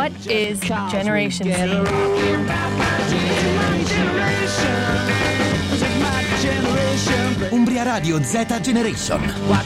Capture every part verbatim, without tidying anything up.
What is Generation Z? Umbria Radio Z Generation.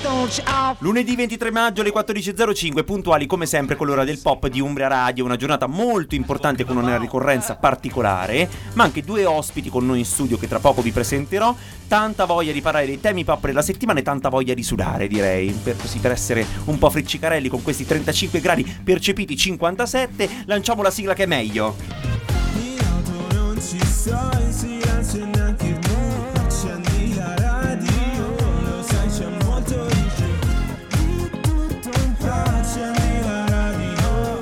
Lunedì ventitré maggio alle quattordici e zero cinque, puntuali come sempre con l'ora del pop di Umbria Radio. Una giornata molto importante con una ricorrenza particolare, ma anche due ospiti con noi in studio che tra poco vi presenterò. Tanta voglia di parlare dei temi pop della settimana e tanta voglia di sudare, direi, per, così, per essere un po' friccicarelli con questi trentacinque gradi percepiti cinquantasette. Lanciamo la sigla che è meglio. In auto non ci sto, in silenzio neanche tu. Accendi la radio, lo sai c'è molto di più. Tutto un po', accendi la radio.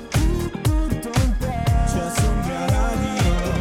Tutto un po', c'è su Umbria Radio.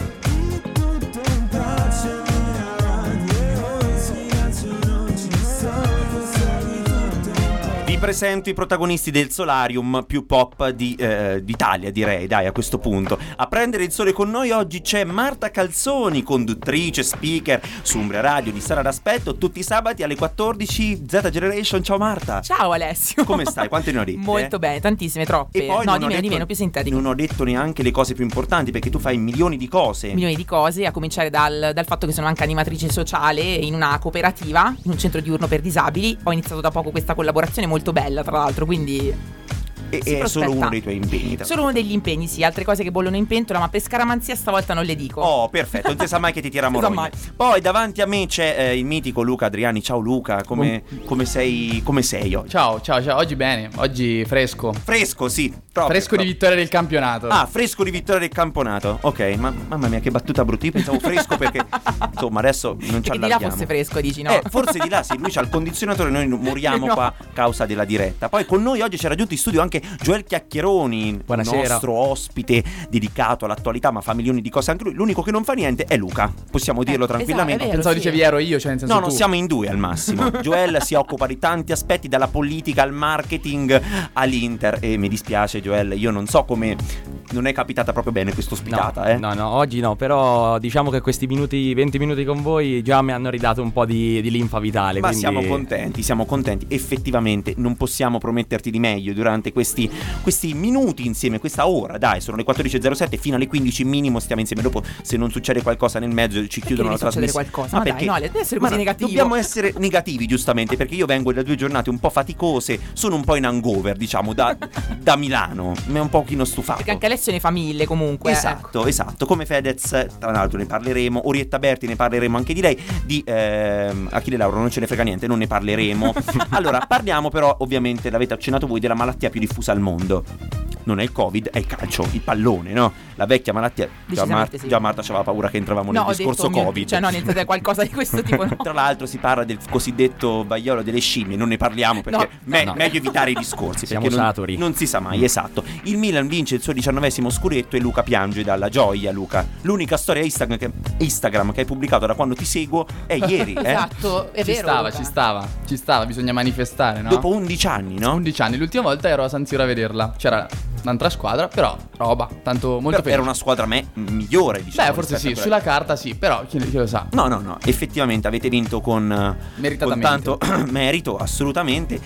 Tutto un po', accendi la radio. In silenzio non ci sto, lo sai tutto un po'. Vi presento i protagonisti del Solarium più pop di, eh, d'Italia, direi, dai, a questo punto. A prendere il sole con noi oggi c'è Marta Calzoni, conduttrice, speaker su Umbria Radio di Sara d'Aspetto, tutti i sabati alle quattordici. Z Generation, ciao Marta. Ciao Alessio. Come stai? Quante ne ho dette? Molto bene, tantissime, troppe. E poi no, non di ho meno, di detto- meno, più sintetico. Non ho detto neanche le cose più importanti, perché tu fai milioni di cose. Milioni di cose, a cominciare dal, dal fatto che sono anche animatrice sociale in una cooperativa, in un centro diurno per disabili. Ho iniziato da poco questa collaborazione molto bella, tra l'altro, quindi E si è solo prospetta. uno dei tuoi impegni. tra solo uno degli impegni, sì. Altre cose che bollono in pentola, ma per scaramanzia stavolta non le dico. Oh, perfetto, non si sa mai che ti tira Non si sa morogna. mai. Poi davanti a me c'è eh, il mitico Luca Adriani. Ciao Luca, come, come sei come sei oggi? Ciao, ciao, ciao, oggi bene, oggi fresco. Fresco, sì, proprio, Fresco di proprio. vittoria del campionato. Ah, fresco di vittoria del campionato. Ok, ma mamma mia che battuta brutta. Io pensavo fresco perché insomma adesso non ci Perché di là allarghiamo. fosse fresco, dici, no? Eh, forse di là sì, lui c'ha il condizionatore, noi moriamo No. qua a causa della diretta. Poi con noi oggi c'è raggiunto in studio anche Joel Chiacchieroni, Buonasera. nostro ospite dedicato all'attualità, ma fa milioni di cose anche lui. L'unico che non fa niente è Luca, possiamo dirlo Ecco, tranquillamente. esatto, è Pensavo sì. dicevi ero io, cioè nel senso No, tu. no, siamo in due al massimo. Joel si occupa di tanti aspetti, dalla politica al marketing all'Inter. E mi dispiace Joel, io non so come non è capitata proprio bene questa ospitata, no, eh. no, no, oggi no, però diciamo che questi minuti, venti minuti con voi già mi hanno ridato un po' di, di linfa vitale. Ma quindi... siamo contenti, siamo contenti. Effettivamente non possiamo prometterti di meglio durante questi, questi minuti insieme, questa ora. Dai, sono le quattordici e zero sette, fino alle quindici minimo stiamo insieme. Dopo, se non succede qualcosa nel mezzo, ci chiudono la deve succedere trasmissione. qualcosa? Ma dai, no, Ale, deve essere Ma così no, negativo. dobbiamo essere negativi, giustamente, perché io vengo da due giornate un po' faticose. Sono un po' in hangover, diciamo, da, da Milano. Mi è un pochino stufato. Perché anche Alessio ne fa mille comunque. Esatto, ecco. esatto, come Fedez, tra l'altro ne parleremo. Orietta Berti ne parleremo anche di lei. Di ehm, Achille Lauro non ce ne frega niente, non ne parleremo. Allora, parliamo però, ovviamente, l'avete accennato voi, della malattia più diffusa al mondo. Non è il Covid, è il calcio, il pallone, no? La vecchia malattia. Già, Decisamente Mar- sì. già Marta aveva paura che entravamo No, nel ho discorso detto, mio- Covid. cioè no, niente, qualcosa di questo tipo, no. Tra l'altro si parla del cosiddetto vaiolo delle scimmie, non ne parliamo perché No, me- no. meglio evitare i discorsi. Siamo perché non, saturi. non si sa mai, esatto. Il Milan vince il suo diciannovesimo scudetto e Luca piange dalla gioia, Luca. L'unica storia Instagram che, Instagram che hai pubblicato da quando ti seguo è ieri, eh? Esatto, è Ci vero. stava, Luca. ci stava, ci stava, bisogna manifestare, no? Dopo undici anni, no? undici anni, l'ultima volta ero a San Siro a vederla. C'era un'altra squadra, però roba, tanto molto Però felice. era una squadra me- migliore, diciamo. Beh, forse rispetto sì, a quella- sulla carta sì, però chi, chi lo sa. No, no, no, effettivamente avete vinto con, con Meritatamente. tanto merito, assolutamente.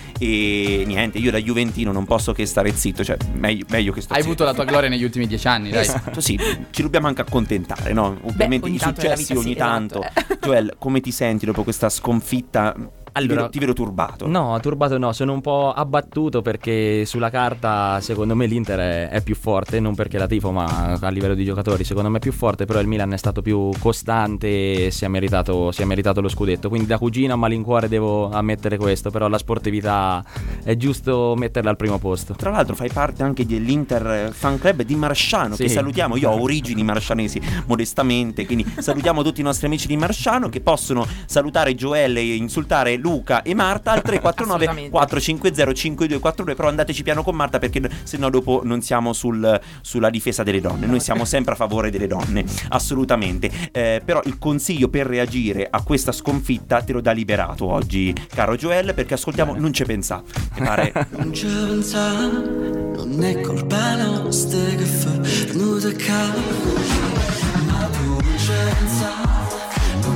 E niente, io da Juventino non posso che stare zitto, cioè meglio, meglio che sto Hai zitto. avuto la tua gloria negli ultimi dieci anni, dai. Esatto, sì, ci dobbiamo anche accontentare, no? Ovviamente ogni i tanto nella successi vita ogni sì, tanto. esatto. Joel, come ti senti dopo questa sconfitta? Ti Allora- vedo, ti vedo turbato. No, turbato no, sono un po' abbattuto perché sulla carta secondo me l'Inter è, è più forte, non perché la tifo ma a livello di giocatori secondo me è più forte, però il Milan è stato più costante e si è meritato, si è meritato lo scudetto, quindi da cugino a malincuore devo ammettere questo, però la sportività è giusto metterla al primo posto. Tra l'altro fai parte anche dell'Inter Fan Club di Marsciano, Sì. che salutiamo. Io ho origini marscianesi modestamente, quindi salutiamo tutti i nostri amici di Marsciano che possono salutare Joel e insultare Luca e Marta al tre quattro nove Assolutamente. quattro cinque zero cinque due quattro due. Però andateci piano con Marta, perché sennò dopo non siamo sul, sulla difesa delle donne. Noi siamo sempre a favore delle donne, assolutamente. Eh, però il consiglio per reagire a questa sconfitta te lo dà Liberato oggi, caro Joel, perché ascoltiamo Non ci pensa. Mi pare Non ci pensare, non è colpa nostra che fa venuta a capo. Ma tu non ci pensare, non è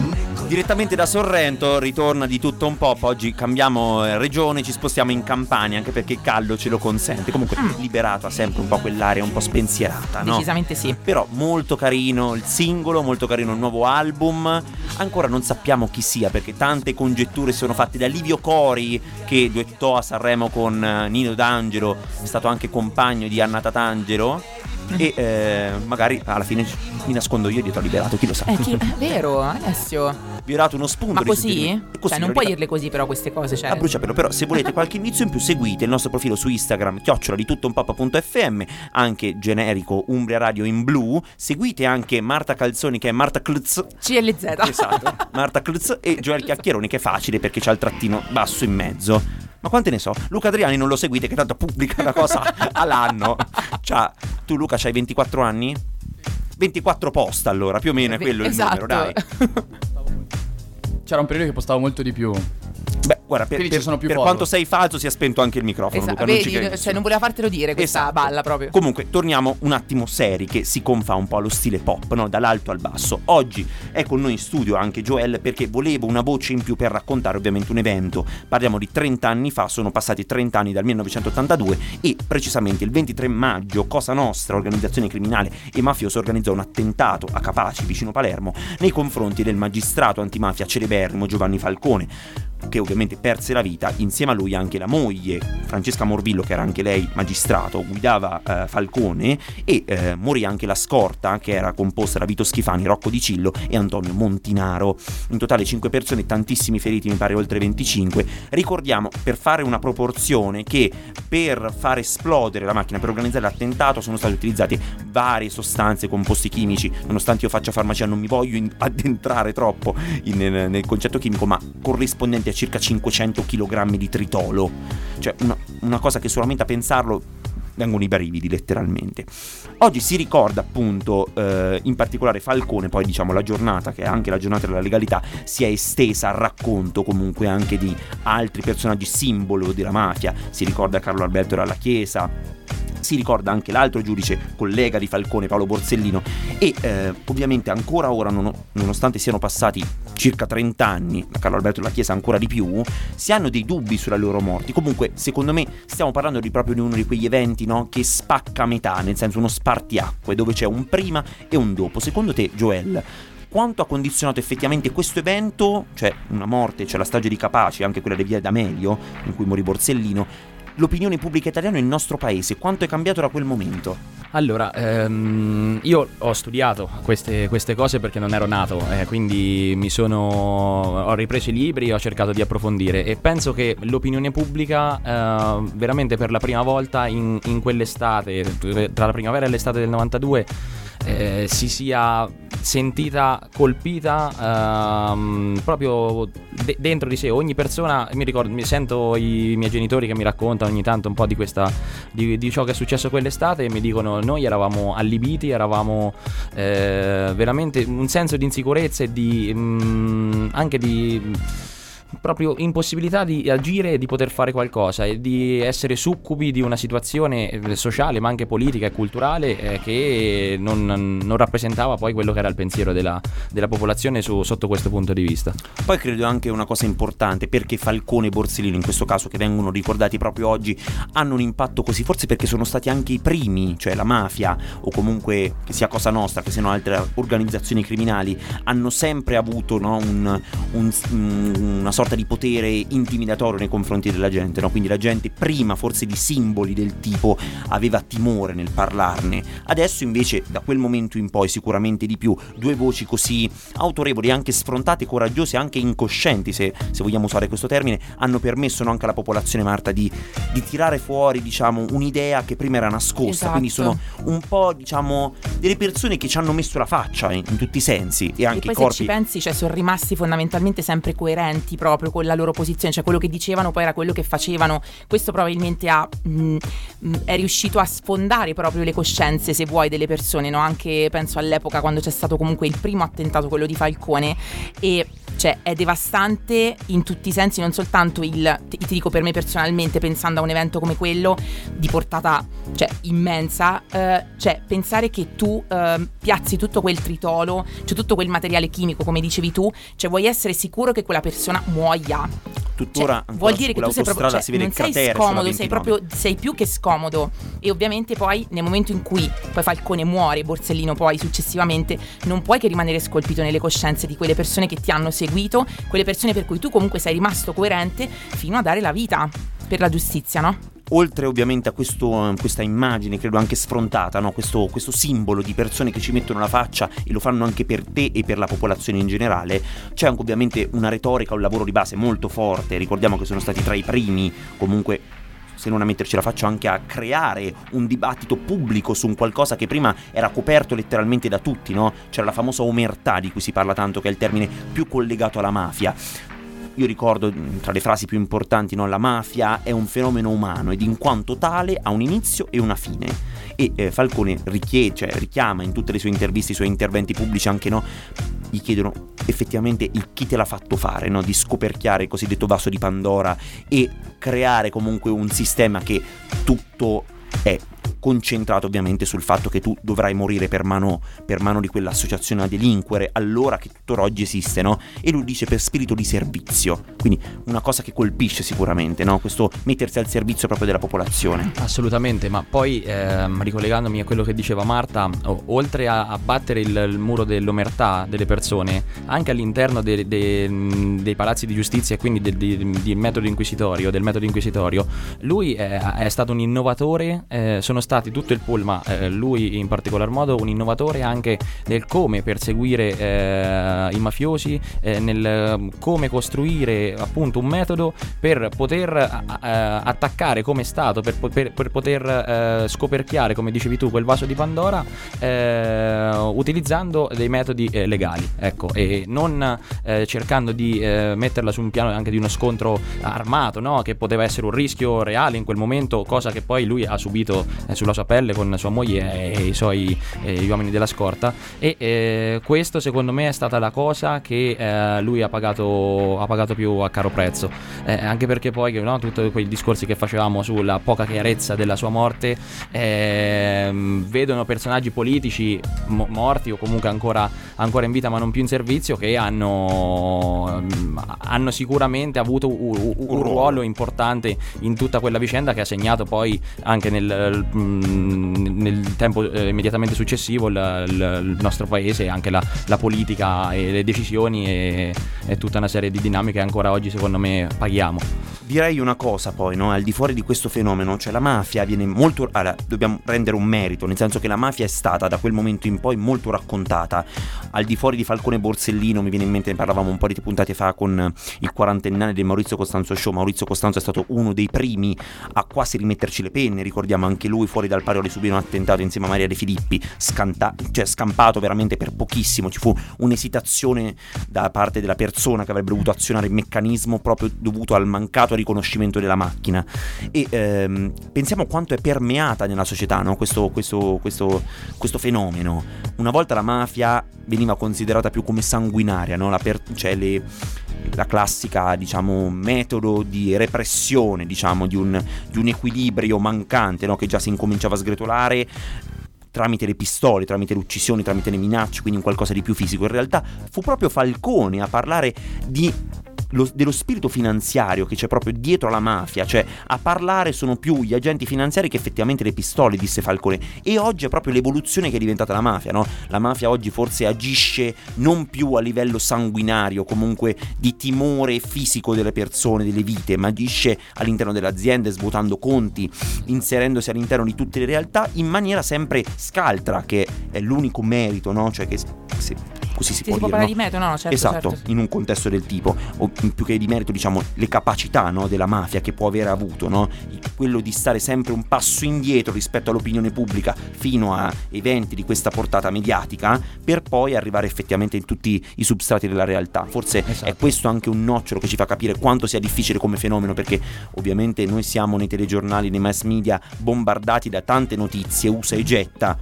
Direttamente da Sorrento ritorna di tutto un po'. Oggi cambiamo eh, regione, ci spostiamo in Campania, anche perché il caldo ce lo consente. Comunque Mm. Liberato ha sempre un po' quell'area un po' spensierata, no? Decisamente sì. Però molto carino il singolo, molto carino il nuovo album. Ancora non sappiamo chi sia, perché tante congetture sono fatte da Livio Cori, che duettò a Sanremo con eh, Nino D'Angelo, è stato anche compagno di Anna Tatangelo. E eh, magari alla fine mi nascondo io dietro a Liberato, chi lo sa. Eh, chi- è vero, Alessio. Vi ho dato uno spunto. Ma di così? suggerimento. Così, Cioè, non lo puoi ricordo. dirle così, però, queste cose. Cioè. A bruciapelo, però se volete qualche indizio in più seguite il nostro profilo su Instagram, chiocciola di tutto un pop.fm, anche generico Umbria Radio in blu. Seguite anche Marta Calzoni, che è Marta Klutz. C L Z. Esatto, Marta Klutz, e Joel Chiacchieroni, che è facile perché c'ha il trattino basso in mezzo. Ma quante ne so? Luca Adriani non lo seguite, che tanto pubblica una cosa all'anno. Cioè, tu Luca c'hai ventiquattro anni? ventiquattro post, allora, più o meno è quello Esatto. il numero, dai. C'era un periodo che postavo molto di più. Beh, guarda, per, Quindi per- ci sono più per follow. quanto sei falso si è spento anche il microfono, Esatto, Luca, non ci vedi, credi. cioè non voleva fartelo dire questa Esatto. balla proprio. Comunque, torniamo un attimo seri, che si confà un po' allo stile pop, no? Dall'alto al basso. Oggi è con noi in studio anche Joel, perché volevo una voce in più per raccontare ovviamente un evento. Parliamo di trenta anni fa, sono passati trenta anni dal millenovecentottantadue e precisamente il ventitré maggio Cosa Nostra, organizzazione criminale e mafiosa, organizzò un attentato a Capaci, vicino Palermo, nei confronti del magistrato antimafia celeberrimo Giovanni Falcone, che ovviamente perse la vita. Insieme a lui anche la moglie Francesca Morvillo, che era anche lei magistrato, guidava eh, Falcone, e eh, morì anche la scorta, che era composta da Vito Schifani, Rocco Di Cillo e Antonio Montinaro. In totale cinque persone, tantissimi feriti, mi pare oltre venticinque. Ricordiamo, per fare una proporzione, che per far esplodere la macchina, per organizzare l'attentato, sono state utilizzate varie sostanze, composti chimici. Nonostante io faccia farmacia, non mi voglio in- addentrare troppo in- nel, nel concetto chimico, ma corrispondente a circa cinquecento chilogrammi di tritolo. Cioè una, una cosa che solamente a pensarlo vengono i brividi, letteralmente. Oggi si ricorda appunto eh, in particolare Falcone. Poi diciamo la giornata, che è anche la giornata della legalità, si è estesa al racconto comunque anche di altri personaggi simbolo della mafia. Si ricorda Carlo Alberto Dalla Chiesa, si ricorda anche l'altro giudice collega di Falcone, Paolo Borsellino, e eh, ovviamente ancora ora, non, nonostante siano passati circa trenta anni, da Carlo Alberto Dalla Chiesa ancora di più, si hanno dei dubbi sulle loro morti. Comunque secondo me stiamo parlando di proprio di uno di quegli eventi, no, che spacca a metà, nel senso uno spartiacque, dove c'è un prima e un dopo. Secondo te, Joel, quanto ha condizionato effettivamente questo evento, cioè una morte, cioè la strage di Capaci, anche quella di Via D'Amelio in cui morì Borsellino, l'opinione pubblica italiana nel nostro paese, quanto è cambiato da quel momento? Allora, ehm, io ho studiato queste, queste cose perché non ero nato, eh, quindi mi sono, ho ripreso i libri e ho cercato di approfondire, e penso che l'opinione pubblica eh, veramente per la prima volta in, in quell'estate, tra la primavera e l'estate del novantadue, eh, si sia sentita colpita ehm, proprio de- dentro di sé. Ogni persona, mi ricordo, mi sento i miei genitori che mi raccontano ogni tanto un po' di questa di, di ciò che è successo quell'estate, e mi dicono: noi eravamo allibiti, eravamo eh, veramente un senso di insicurezza e di mh, anche di proprio impossibilità di agire e di poter fare qualcosa, e di essere succubi di una situazione sociale ma anche politica e culturale eh, che non, non rappresentava poi quello che era il pensiero della, della popolazione su, sotto questo punto di vista. Poi credo anche una cosa importante, perché Falcone e Borsellino in questo caso, che vengono ricordati proprio oggi, hanno un impatto così, forse perché sono stati anche i primi, cioè la mafia, o comunque che sia Cosa Nostra, che siano altre organizzazioni criminali, hanno sempre avuto, no, un, un, una sorta di potere intimidatorio nei confronti della gente, no? Quindi la gente prima forse di simboli del tipo aveva timore nel parlarne. Adesso invece, da quel momento in poi, sicuramente di più, due voci così autorevoli, anche sfrontate, coraggiose, anche incoscienti, se, se vogliamo usare questo termine, hanno permesso, no, anche alla popolazione, Marta, di, di tirare fuori, diciamo, un'idea che prima era nascosta. Esatto. Quindi sono un po', diciamo, delle persone che ci hanno messo la faccia in, in tutti i sensi, e anche e poi i corpi. se ci pensi, cioè, sono rimasti fondamentalmente sempre coerenti proprio con la loro posizione, cioè quello che dicevano poi era quello che facevano. Questo probabilmente ha mh, mh, è riuscito a sfondare proprio le coscienze, se vuoi, delle persone, no? Anche penso all'epoca quando c'è stato comunque il primo attentato, quello di Falcone, e cioè è devastante in tutti i sensi, non soltanto il, ti, ti dico per me personalmente, pensando a un evento come quello di portata cioè immensa, eh, cioè pensare che tu eh, piazzi tutto quel tritolo, cioè tutto quel materiale chimico come dicevi tu, cioè vuoi essere sicuro che quella persona muoia. Tuttora cioè, vuol dire che tu sei proprio, cioè, si vede non il sei cratere scomodo, sulla sei ventinove. proprio sei più che scomodo. E ovviamente poi nel momento in cui poi Falcone muore, Borsellino poi successivamente, non puoi che rimanere scolpito nelle coscienze di quelle persone che ti hanno seguito, quelle persone per cui tu comunque sei rimasto coerente fino a dare la vita per la giustizia, no? Oltre ovviamente a questo, questa immagine credo anche sfrontata, no? questo, questo simbolo di persone che ci mettono la faccia e lo fanno anche per te e per la popolazione in generale, c'è anche ovviamente una retorica, un lavoro di base molto forte. Ricordiamo che sono stati tra i primi, comunque se non a metterci la faccia, anche a creare un dibattito pubblico su un qualcosa che prima era coperto letteralmente da tutti, no? C'era la famosa omertà di cui si parla tanto, che è il termine più collegato alla mafia. Io ricordo tra le frasi più importanti, no? La mafia è un fenomeno umano ed in quanto tale ha un inizio e una fine. E eh, Falcone richiede, cioè, richiama in tutte le sue interviste, i suoi interventi pubblici anche, no? Gli chiedono effettivamente il chi te l'ha fatto fare, no? Di scoperchiare il cosiddetto vaso di Pandora e creare comunque un sistema che tutto è concentrato ovviamente sul fatto che tu dovrai morire per mano, per mano di quell'associazione a delinquere, allora che tuttora oggi esiste, no? E lui dice per spirito di servizio, quindi una cosa che colpisce sicuramente, no? Questo mettersi al servizio proprio della popolazione. Assolutamente, ma poi ehm, ricollegandomi a quello che diceva Marta, oh, oltre a abbattere il, il muro dell'omertà delle persone, anche all'interno de, de, dei palazzi di giustizia e quindi del de, de metodo inquisitorio, del metodo inquisitorio, lui è, è stato un innovatore, eh, sono stati tutto il pool, ma eh, lui in particolar modo un innovatore anche nel come perseguire eh, i mafiosi, eh, nel come costruire appunto un metodo per poter eh, attaccare come Stato, per, per, per poter eh, scoperchiare, come dicevi tu, quel vaso di Pandora, eh, utilizzando dei metodi eh, legali, ecco, e non eh, cercando di eh, metterla su un piano anche di uno scontro armato, no? Che poteva essere un rischio reale in quel momento, cosa che poi lui ha subito eh, sulla sua pelle con sua moglie e i suoi eh, gli uomini della scorta. E eh, questo secondo me è stata la cosa che eh, lui ha pagato ha pagato più a caro prezzo, eh, anche perché poi, no, tutti quei discorsi che facevamo sulla poca chiarezza della sua morte, eh, vedono personaggi politici mo- morti o comunque ancora, ancora in vita ma non più in servizio, che hanno hanno sicuramente avuto un, un, un ruolo importante in tutta quella vicenda, che ha segnato poi anche nel nel tempo eh, immediatamente successivo il, il, il nostro paese, anche la, la politica e le decisioni e, e tutta una serie di dinamiche che ancora oggi secondo me paghiamo. Direi una cosa poi, no? Al di fuori di questo fenomeno, cioè la mafia viene molto... Allora, dobbiamo rendere un merito, nel senso che la mafia è stata da quel momento in poi molto raccontata. Al di fuori di Falcone e Borsellino, mi viene in mente, ne parlavamo un po' di puntate fa con il quarantennale del Maurizio Costanzo Show. Maurizio Costanzo è stato uno dei primi a quasi rimetterci le penne, ricordiamo anche lui fuori dal Parioli subì un attentato insieme a Maria De Filippi, scanta- cioè scampato veramente per pochissimo, ci fu un'esitazione da parte della persona che avrebbe dovuto azionare il meccanismo proprio dovuto al mancato riconoscimento della macchina. E ehm, pensiamo quanto è permeata nella società, no? questo, questo, questo, questo fenomeno. Una volta la mafia veniva considerata più come sanguinaria, no? la, per- cioè le, la classica, diciamo, metodo di repressione, diciamo, di un, di un equilibrio mancante, no? Che già si incominciava a sgretolare tramite le pistole, tramite le uccisioni, tramite le minacce, quindi un qualcosa di più fisico. In realtà fu proprio Falcone a parlare di Lo, dello spirito finanziario che c'è proprio dietro alla mafia, cioè a parlare sono più gli agenti finanziari che effettivamente le pistole, disse Falcone. E oggi è proprio l'evoluzione che è diventata la mafia, no? La mafia oggi forse agisce non più a livello sanguinario, comunque di timore fisico delle persone, delle vite, ma agisce all'interno delle aziende, svuotando conti, inserendosi all'interno di tutte le realtà in maniera sempre scaltra, che è l'unico merito, no? Cioè che se, così si, si può si può dire, parlare no? di merito, no? Certo, esatto, certo. In un contesto del tipo, o più che di merito, diciamo, le capacità, no, della mafia che può aver avuto, no? Quello di stare sempre un passo indietro rispetto all'opinione pubblica fino a eventi di questa portata mediatica, per poi arrivare effettivamente in tutti i substrati della realtà. Forse esatto. È questo anche un nocciolo che ci fa capire quanto sia difficile come fenomeno, perché ovviamente noi siamo nei telegiornali, nei mass media bombardati da tante notizie usa e getta,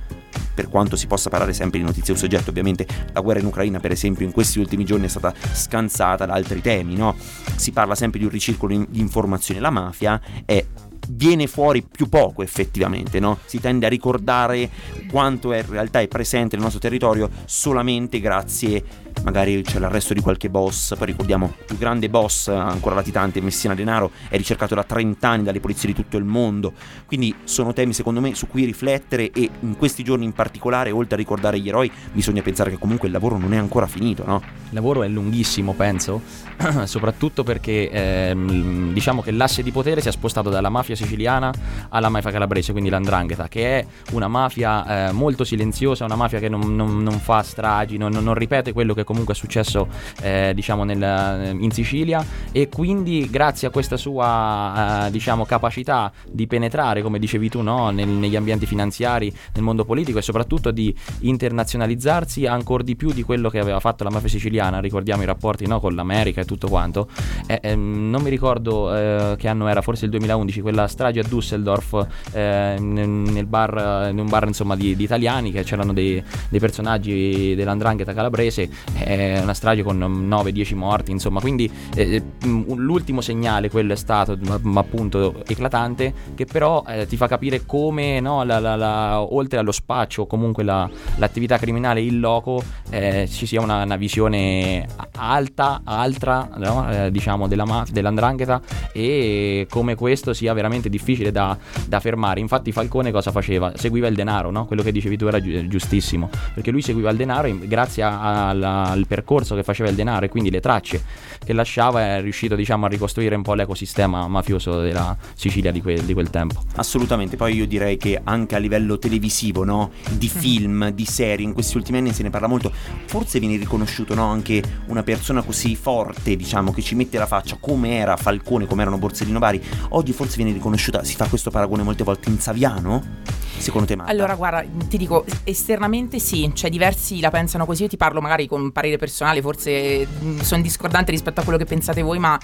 per quanto si possa parlare sempre di notizie un soggetto, ovviamente la guerra in Ucraina per esempio in questi ultimi giorni è stata scansata da altri temi, no? Si parla sempre di un ricircolo di informazioni. La mafia è viene fuori più poco effettivamente, no? Si tende a ricordare quanto è in realtà è presente nel nostro territorio solamente grazie, magari c'è l'arresto di qualche boss. Poi ricordiamo il più grande boss ancora latitante, Messina Denaro, è ricercato da trenta anni dalle polizie di tutto il mondo. Quindi sono temi secondo me su cui riflettere, e in questi giorni in particolare, oltre a ricordare gli eroi, bisogna pensare che comunque il lavoro non è ancora finito, no? Il lavoro è lunghissimo, penso, soprattutto perché ehm, diciamo che l'asse di potere si è spostato dalla mafia siciliana alla mafia calabrese, quindi l'Ndrangheta, che è una mafia eh, molto silenziosa, una mafia che non, non, non fa stragi, non, non ripete quello che comunque è successo eh, diciamo nel, in Sicilia, e quindi grazie a questa sua eh, diciamo capacità di penetrare, come dicevi tu, no, nel, negli ambienti finanziari, nel mondo politico, e soprattutto di internazionalizzarsi ancora di più di quello che aveva fatto la mafia siciliana. Ricordiamo i rapporti, no, con l'America e tutto quanto. eh, eh, non mi ricordo eh, che anno era, forse il duemilaundici, quella strage a Düsseldorf eh, nel bar, in un bar insomma di, di italiani, che c'erano dei, dei personaggi dell'Ndrangheta calabrese, è una strage con nove dieci morti, insomma. Quindi eh, l'ultimo segnale quello è stato, ma, ma appunto eclatante, che però eh, ti fa capire come, no, la, la, la, oltre allo spaccio, comunque la, l'attività criminale in loco, eh, ci sia una, una visione alta, altra, no, eh, diciamo della mafia, dell'Ndrangheta, e come questo sia veramente difficile da, da fermare. Infatti Falcone cosa faceva? Seguiva il denaro, no? Quello che dicevi tu era gi- giustissimo, perché lui seguiva il denaro, e grazie a, a, al percorso che faceva il denaro e quindi le tracce che lasciava è riuscito, diciamo, a ricostruire un po' l'ecosistema mafioso della Sicilia di, que- di quel tempo. Assolutamente. Poi io direi che anche a livello televisivo, no, di film, di serie, in questi ultimi anni se ne parla molto. Forse viene riconosciuto, no, anche una persona così forte, diciamo, che ci mette la faccia, come era Falcone, come erano Borsellino Vari. Oggi forse viene riconosciuta, si fa questo paragone molte volte, in Saviano? Secondo te, Marta? Allora guarda, ti dico, esternamente sì, cioè diversi la pensano così. Io ti parlo magari con un parere personale, forse sono discordante rispetto a quello che pensate voi, ma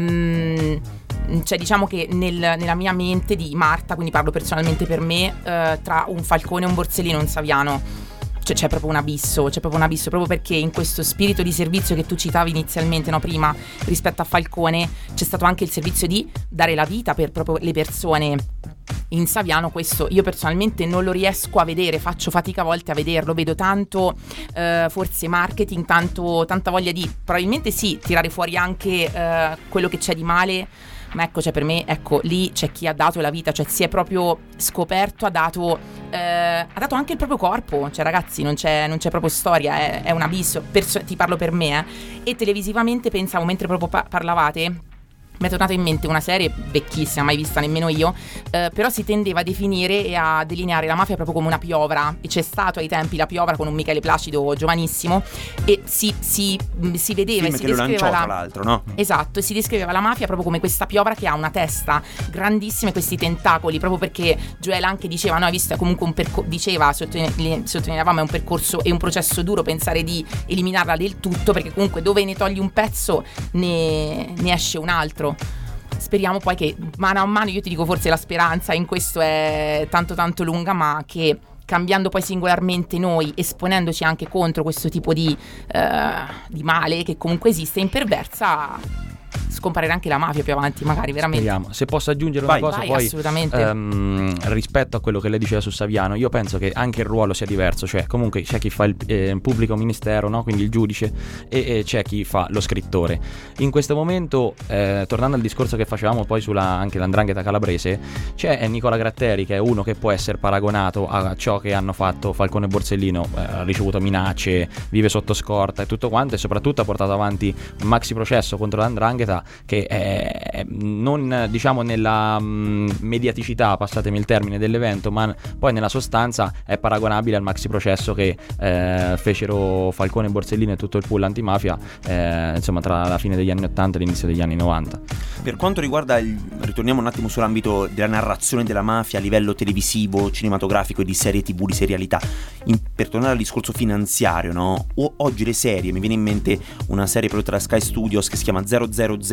mh, cioè diciamo che nel, nella mia mente di Marta, quindi parlo personalmente per me, eh, tra un Falcone, un Borsellino e un Saviano Cioè, c'è proprio un abisso, c'è proprio un abisso, proprio perché in questo spirito di servizio che tu citavi inizialmente, no, prima, rispetto a Falcone, c'è stato anche il servizio di dare la vita per proprio le persone. In Saviano questo io personalmente non lo riesco a vedere, faccio fatica a volte a vederlo, vedo tanto eh, forse marketing, tanto, tanta voglia di, probabilmente sì, tirare fuori anche eh, quello che c'è di male. Ma ecco, cioè per me, ecco, lì c'è chi ha dato la vita, cioè si è proprio scoperto, ha dato eh, ha dato anche il proprio corpo. Cioè ragazzi, non c'è, non c'è proprio storia, è, è un abisso, Perso- ti parlo per me, eh. E televisivamente pensavo, mentre proprio pa- parlavate, mi è tornata in mente una serie vecchissima, mai vista nemmeno io, eh, però si tendeva a definire e a delineare la mafia proprio come una piovra, e c'è stato ai tempi la piovra con un Michele Placido giovanissimo, e si, si, si vedeva film e si che lo descriveva lanciò, la... tra l'altro, no? Esatto, e si descriveva la mafia proprio come questa piovra che ha una testa grandissima e questi tentacoli, proprio perché Joel anche diceva, no, hai visto, è comunque un percorso, diceva, sottoline- sottolineavamo, è un percorso e un processo duro pensare di eliminarla del tutto, perché comunque dove ne togli un pezzo ne, ne esce un altro. Speriamo poi che mano a mano, io ti dico, forse la speranza in questo è tanto tanto lunga, ma che cambiando poi singolarmente noi, esponendoci anche contro questo tipo di, eh, di male che comunque esiste, imperversa, scomparire anche la mafia più avanti, magari, veramente. Speriamo. Se posso aggiungere Vai. una cosa, Vai, poi assolutamente. ehm, rispetto a quello che lei diceva su Saviano, io penso che anche il ruolo sia diverso, cioè comunque c'è chi fa il eh, pubblico ministero, no? Quindi il giudice, e, e c'è chi fa lo scrittore. In questo momento, eh, tornando al discorso che facevamo poi sulla anche l'Ndrangheta calabrese, c'è Nicola Gratteri, che è uno che può essere paragonato a ciò che hanno fatto Falcone e Borsellino, eh, ha ricevuto minacce, vive sotto scorta e tutto quanto, e soprattutto ha portato avanti un maxi processo contro l'Ndrangheta che è non, diciamo, nella mh, mediaticità, passatemi il termine, dell'evento, ma poi nella sostanza è paragonabile al maxi processo che eh, fecero Falcone, Borsellino e tutto il pool antimafia, eh, insomma, tra la fine degli anni ottanta e l'inizio degli anni novanta. Per quanto riguarda il, ritorniamo un attimo sull'ambito della narrazione della mafia a livello televisivo, cinematografico e di serie tv, di serialità, in, per tornare al discorso finanziario, no? O, oggi le serie, mi viene in mente una serie prodotta da Sky Studios che si chiama zero zero zero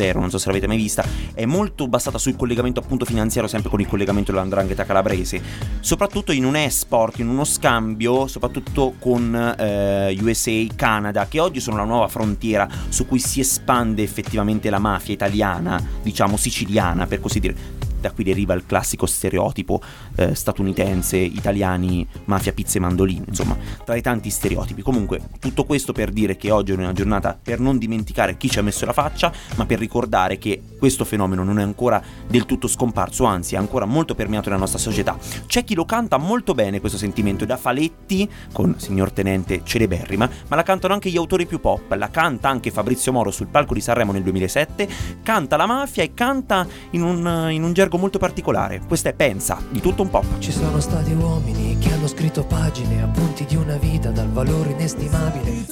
zero, non so se l'avete mai vista, è molto basata sul collegamento appunto finanziario, sempre con il collegamento dell'andrangheta calabrese, soprattutto in un export, in uno scambio, soprattutto con eh, U S A, Canada, che oggi sono la nuova frontiera su cui si espande effettivamente la mafia italiana, diciamo siciliana per così dire. Da qui deriva il classico stereotipo eh, statunitense, italiani, mafia, pizze e mandolini, insomma, tra i tanti stereotipi. Comunque, tutto questo per dire che oggi è una giornata per non dimenticare chi ci ha messo la faccia, ma per ricordare che questo fenomeno non è ancora del tutto scomparso, anzi è ancora molto permeato nella nostra società. C'è chi lo canta molto bene questo sentimento, da Faletti, con Signor Tenente celeberrima, ma la cantano anche gli autori più pop, la canta anche Fabrizio Moro sul palco di Sanremo nel duemilasette, canta la mafia e canta in un, in un gergo molto particolare. Questa è Pensa, di Tutto un po'. Ci sono stati uomini che hanno scritto pagine, appunti di una vita dal valore inestimabile.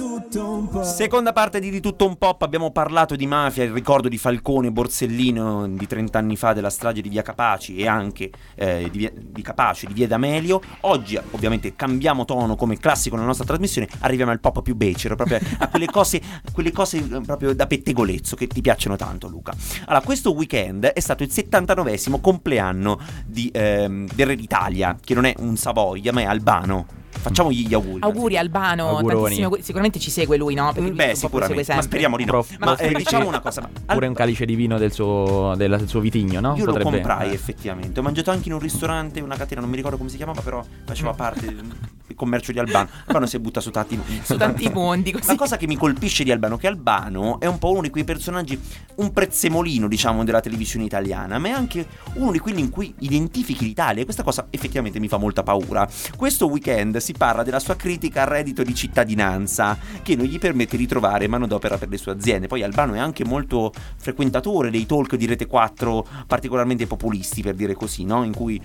Seconda parte di Di Tutto un po', abbiamo parlato di mafia, il ricordo di Falcone e Borsellino di trenta anni fa della strage di Via Capaci e anche eh, di, via, di Capaci, di Via D'Amelio. Oggi ovviamente cambiamo tono, come classico nella nostra trasmissione, arriviamo al pop più becero, proprio a quelle cose, quelle cose proprio da pettegolezzo che ti piacciono tanto, Luca. Allora, questo weekend è stato il settantanovesimo compleanno di, ehm, del Re d'Italia, che non è un Savoia ma è Albano. Facciamogli gli auguri. Auguri Albano, Auguroni. tantissimi auguri. Sicuramente ci segue lui, no? Perché lui Beh, un po' sicuramente, segue ma sempre. speriamo di no. Prof, Ma prof, eh, diciamo una cosa, ma pure un calice di vino del suo, del, del suo vitigno, no? io Potrebbe... lo comprai eh. effettivamente. Ho mangiato anche in un ristorante, una catena, non mi ricordo come si chiamava, però faceva parte del commercio di Albano. Albano si butta su tanti, Su tanti mondi, così. La cosa che mi colpisce di Albano è che Albano è un po' uno di quei personaggi, un prezzemolino, diciamo, della televisione italiana, ma è anche uno di quelli in cui identifichi l'Italia, e questa cosa effettivamente mi fa molta paura. Questo weekend si parla della sua critica al reddito di cittadinanza, che non gli permette di trovare manodopera per le sue aziende. Poi Albano è anche molto frequentatore dei talk di Rete quattro particolarmente populisti, per dire così, no? In cui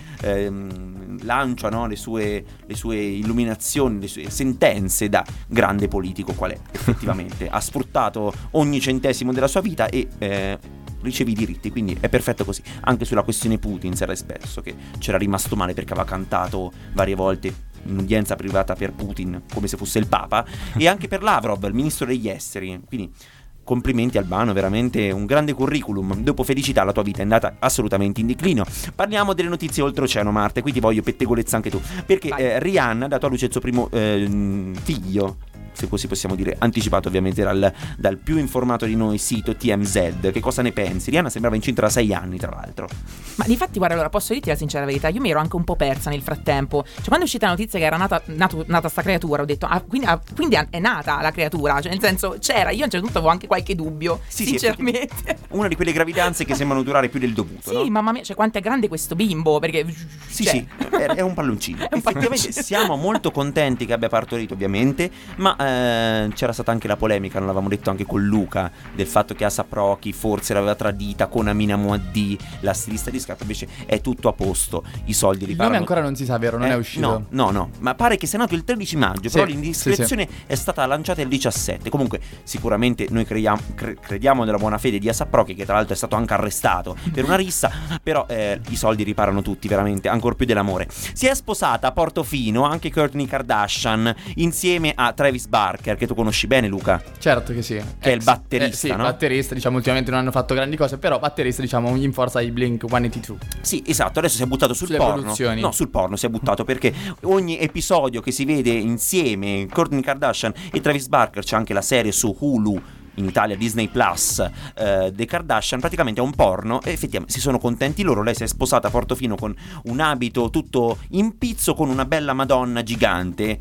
ehm, lancia, no, le sue, le sue illuminazioni, le sue sentenze da grande politico qual è effettivamente. Ha sfruttato ogni centesimo della sua vita e eh, ricevi i diritti, quindi è perfetto così. Anche sulla questione Putin si era espresso, che c'era rimasto male perché aveva cantato varie volte in un'udienza privata per Putin come se fosse il Papa, e anche per Lavrov, il ministro degli esteri. Quindi complimenti Albano, veramente un grande curriculum. Dopo Felicità la tua vita è andata assolutamente in declino. Parliamo delle notizie oltreoceano, Marta, qui ti voglio pettegolezza anche tu, perché eh, Rihanna ha dato a luce il suo primo eh, figlio, se così possiamo dire, anticipato ovviamente dal, dal più informato di noi sito T M Z. Che cosa ne pensi? Rihanna sembrava incinta da sei anni, tra l'altro. Ma difatti, guarda, allora posso dirti la sincera verità, io mi ero anche un po' persa nel frattempo. Cioè, quando è uscita la notizia che era nata, nato, nata sta creatura, ho detto, ah, quindi, ah, quindi è nata la creatura. Cioè, nel senso, c'era, io a un certo punto avevo anche qualche dubbio, sì, sinceramente. Sì, una di quelle gravidanze che sembrano durare più del dovuto. Sì, no? mamma mia, cioè quanto è grande questo bimbo, perché Sì, cioè... sì, è, è un palloncino. È un Effettivamente palloncino. siamo molto contenti che abbia partorito, ovviamente, ma eh, c'era stata anche la polemica, non l'avevamo detto anche con Luca, del fatto che Asap Rocky forse l'aveva tradita con Amina Muaddi, la stilista di scarpe. Invece è tutto a posto, i soldi Il riparano. nome ancora non si sa, vero? Non Eh, è uscito. No, no, no, ma pare che sia nato il tredici maggio, Sì, però l'indiscrezione sì, sì. è stata lanciata il diciassette. Comunque sicuramente noi creiamo, cre- crediamo nella buona fede di Asap Rocky, che tra l'altro è stato anche arrestato per una rissa, però eh, i soldi riparano tutti, veramente, ancor più dell'amore. Si è sposata a Portofino anche Kourtney Kardashian insieme a Travis Barker, che tu conosci bene, Luca. Certo che sì. Che è il batterista, eh, sì, no? batterista, diciamo, ultimamente non hanno fatto grandi cose, però batterista, diciamo, in forza ai Blink centottantadue. Sì, esatto, adesso si è buttato sul Sulle porno. produzioni. No, sul porno si è buttato perché ogni episodio che si vede insieme Kourtney Kardashian e Travis Barker, c'è anche la serie su Hulu, in Italia Disney Plus, eh, The Kardashian, praticamente è un porno, e effettivamente si sono contenti loro. Lei si è sposata a Portofino con un abito tutto in pizzo, con una bella Madonna gigante.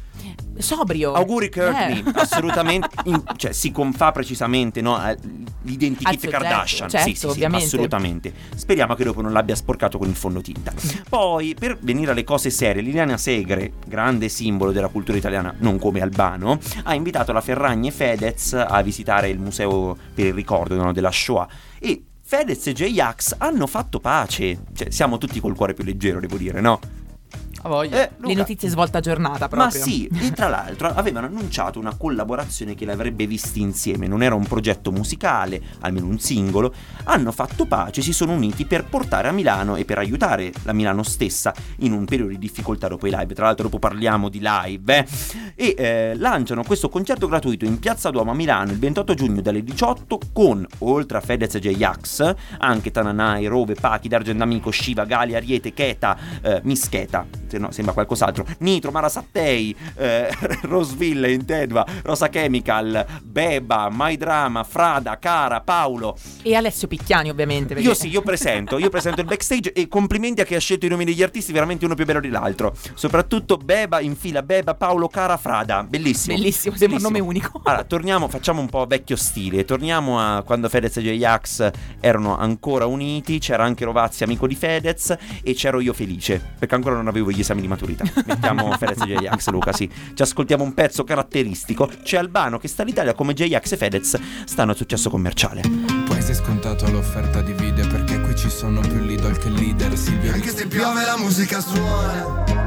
sobrio. Auguri Kourtney, Eh. assolutamente, in- cioè si confà precisamente, no, eh, l'identikit Al soggetto, Kardashian, certo, sì, sì, sì, ovviamente. assolutamente. Speriamo che dopo non l'abbia sporcato con il fondotinta. Poi, per venire alle cose serie, Liliana Segre, grande simbolo della cultura italiana, non come Albano, ha invitato la Ferragni e Fedez a visitare il museo per il ricordo, no, della Shoah, e Fedez e J-Ax hanno fatto pace. Cioè, siamo tutti col cuore più leggero, devo dire, no? A voglia. Eh, Luca. Le notizie svolta giornata proprio. Ma sì, e tra l'altro avevano annunciato una collaborazione che li avrebbe visti insieme. Non era un progetto musicale, almeno un singolo. Hanno fatto pace, si sono uniti per portare a Milano e per aiutare la Milano stessa in un periodo di difficoltà dopo i live. Tra l'altro dopo parliamo di live, eh? E eh, lanciano questo concerto gratuito in Piazza Duomo a Milano il ventotto giugno dalle diciotto con, oltre a Fedez e J-Ax, anche Tananai, Rove, Pachi, D'Argent Amico, Shiva, Gali, Ariete, Cheta, eh, Miss Cheta, se no sembra qualcos'altro, Nitro, Mara Sattei, eh, Roseville, Intedva, Rosa Chemical, Beba, My Drama, Frada, Cara, Paolo e Alessio Picchiani ovviamente perché... Io sì, io presento, io presento il backstage e complimenti a chi ha scelto i nomi degli artisti, veramente uno più bello dell'altro. Soprattutto Beba in fila, Beba, Paolo, Cara, Frada, bellissimo. Bellissimo, sembra un nome unico. Allora, torniamo, facciamo un po' vecchio stile, torniamo a quando Fedez e J-Ax erano ancora uniti, c'era anche Rovazzi, amico di Fedez, e c'ero io felice, perché ancora non avevo gli esami di maturità. Mettiamo Fedez e J-Ax, Luca, sì. Ci ascoltiamo un pezzo caratteristico. C'è Albano che sta in Italia come J-Ax e Fedez stanno al successo commerciale. Poi sei scontato l'offerta divide, perché qui ci sono più Lidl che leader. Silvio, anche se piove la musica suona.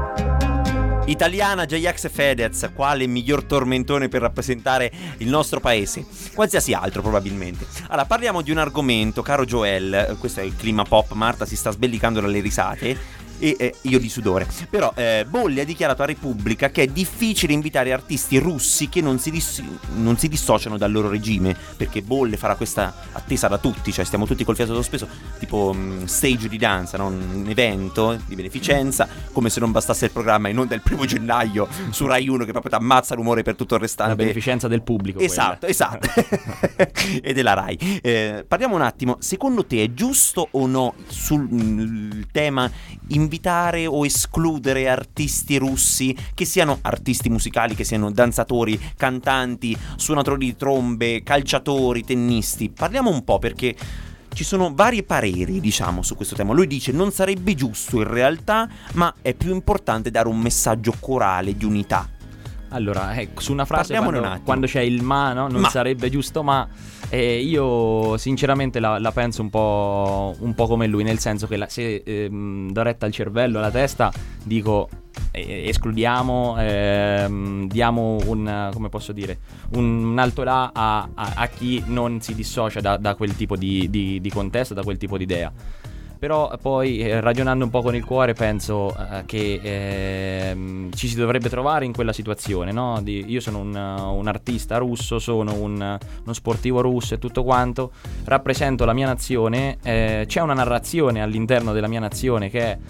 Italiana, J-Ax e Fedez, quale miglior tormentone per rappresentare il nostro paese? Qualsiasi altro probabilmente. Allora, parliamo di un argomento, caro Joel, questo è il clima pop, Marta si sta sbellicando dalle risate e eh, io di sudore. Però eh, Bolli ha dichiarato a Repubblica che è difficile invitare artisti russi che non si, dis- non si dissociano dal loro regime, perché Bolle farà questa attesa da tutti, cioè stiamo tutti col fiato sospeso, tipo um, stage di danza, no? Un evento di beneficenza, come se non bastasse il programma e non del primo gennaio su Rai uno che proprio ti ammazza l'umore per tutto il restante. La beneficenza del pubblico. Esatto, quella. esatto. E della Rai. Eh, parliamo un attimo, secondo te è giusto o no sul mh, tema invitare o escludere artisti russi, che siano artisti musicali, che siano danzatori, cantanti, suonatori di trombe, calciatori, tennisti? Parliamo un po', perché ci sono vari pareri, diciamo, su questo tema. Lui dice non sarebbe giusto in realtà, ma è più importante dare un messaggio corale di unità. Allora, ecco, su una frase Parliamone quando, un attimo. quando c'è il ma, no? Non Ma. sarebbe giusto, ma eh, io sinceramente la, la penso un po', un po' come lui, nel senso che la, se ehm, do retta al cervello, alla testa, dico eh, escludiamo, ehm, diamo un, come posso dire, un, un alto là a, a, a chi non si dissocia da, da quel tipo di, di, di contesto, da quel tipo di idea. Però poi eh, ragionando un po' con il cuore penso eh, che eh, ci si dovrebbe trovare in quella situazione, no? Di, io sono un, un artista russo, sono un, uno sportivo russo e tutto quanto, rappresento la mia nazione, eh, c'è una narrazione all'interno della mia nazione che è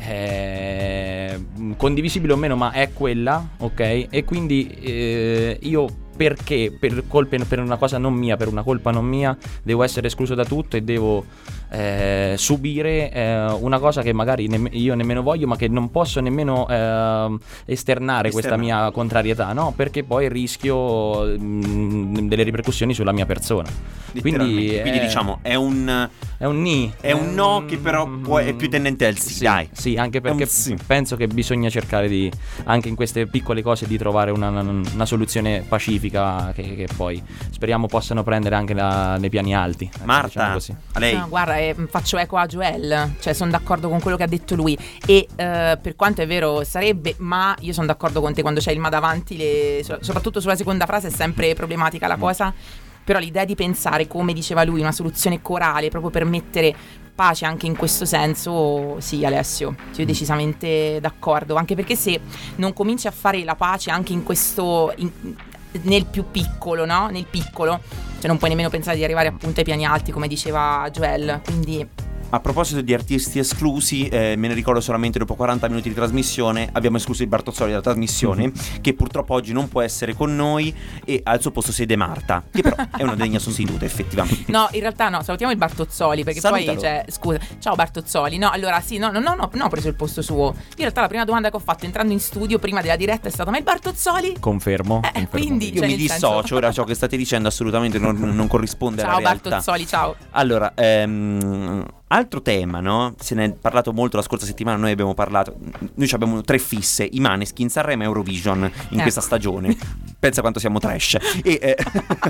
eh, condivisibile o meno, ma è quella, ok? E quindi eh, io... perché per colpe, per una cosa non mia, per una colpa non mia, devo essere escluso da tutto e devo eh, subire eh, una cosa che magari nemm- io nemmeno voglio, ma che non posso nemmeno eh, esternare questa mia contrarietà, no? Perché poi rischio mh, delle ripercussioni sulla mia persona. Quindi, Quindi è, diciamo è un è un ni, è un no che però può, è più tendente al sì, sì, dai. sì, anche perché sì. penso che bisogna cercare di, anche in queste piccole cose, di trovare una, una, una soluzione pacifica che, che poi speriamo possano prendere anche la, nei piani alti. Ecco, Marta, diciamo così. a lei. No, guarda, eh, faccio eco a Joel, cioè sono d'accordo con quello che ha detto lui e eh, per quanto è vero sarebbe, ma io sono d'accordo con te, quando c'è il ma davanti, le, soprattutto sulla seconda frase è sempre problematica la cosa, però l'idea di pensare, come diceva lui, una soluzione corale proprio per mettere pace anche in questo senso, sì Alessio, io decisamente d'accordo, anche perché se non cominci a fare la pace anche in questo... In, nel più piccolo, no? Nel piccolo, cioè non puoi nemmeno pensare di arrivare appunto ai piani alti, come diceva Joel, quindi... A proposito di artisti esclusi, eh, me ne ricordo solamente dopo quaranta minuti di trasmissione abbiamo escluso il Bartozzoli dalla trasmissione, mm-hmm. che purtroppo oggi non può essere con noi e al suo posto siede Marta, che però è una degna sostituta effettivamente. No, in realtà no, salutiamo il Bartozzoli perché Salutalo. poi, cioè, scusa, ciao Bartozzoli, no, allora sì, no, no, no, no, no, ho preso il posto suo. In realtà la prima domanda che ho fatto entrando in studio prima della diretta è stata: ma il Bartozzoli? Confermo, Eh, confermo. quindi- Io cioè, mi nel dissocio, senso- ora ciò che state dicendo assolutamente non, non corrisponde Ciao alla realtà. Bartozzoli, ciao. Allora, ehm, Altro tema, no? Se ne è parlato molto la scorsa settimana, noi abbiamo parlato, noi abbiamo tre fisse, i Maneskin, Sanremo e Eurovision in Eh. questa stagione. Pensa quanto siamo trash. E eh,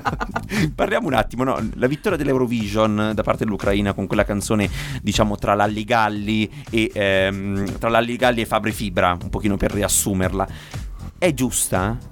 parliamo un attimo, no? La vittoria dell'Eurovision da parte dell'Ucraina con quella canzone, diciamo, tra Lalligalli e ehm, tra Lalligalli e Fabri Fibra, un pochino per riassumerla, è giusta?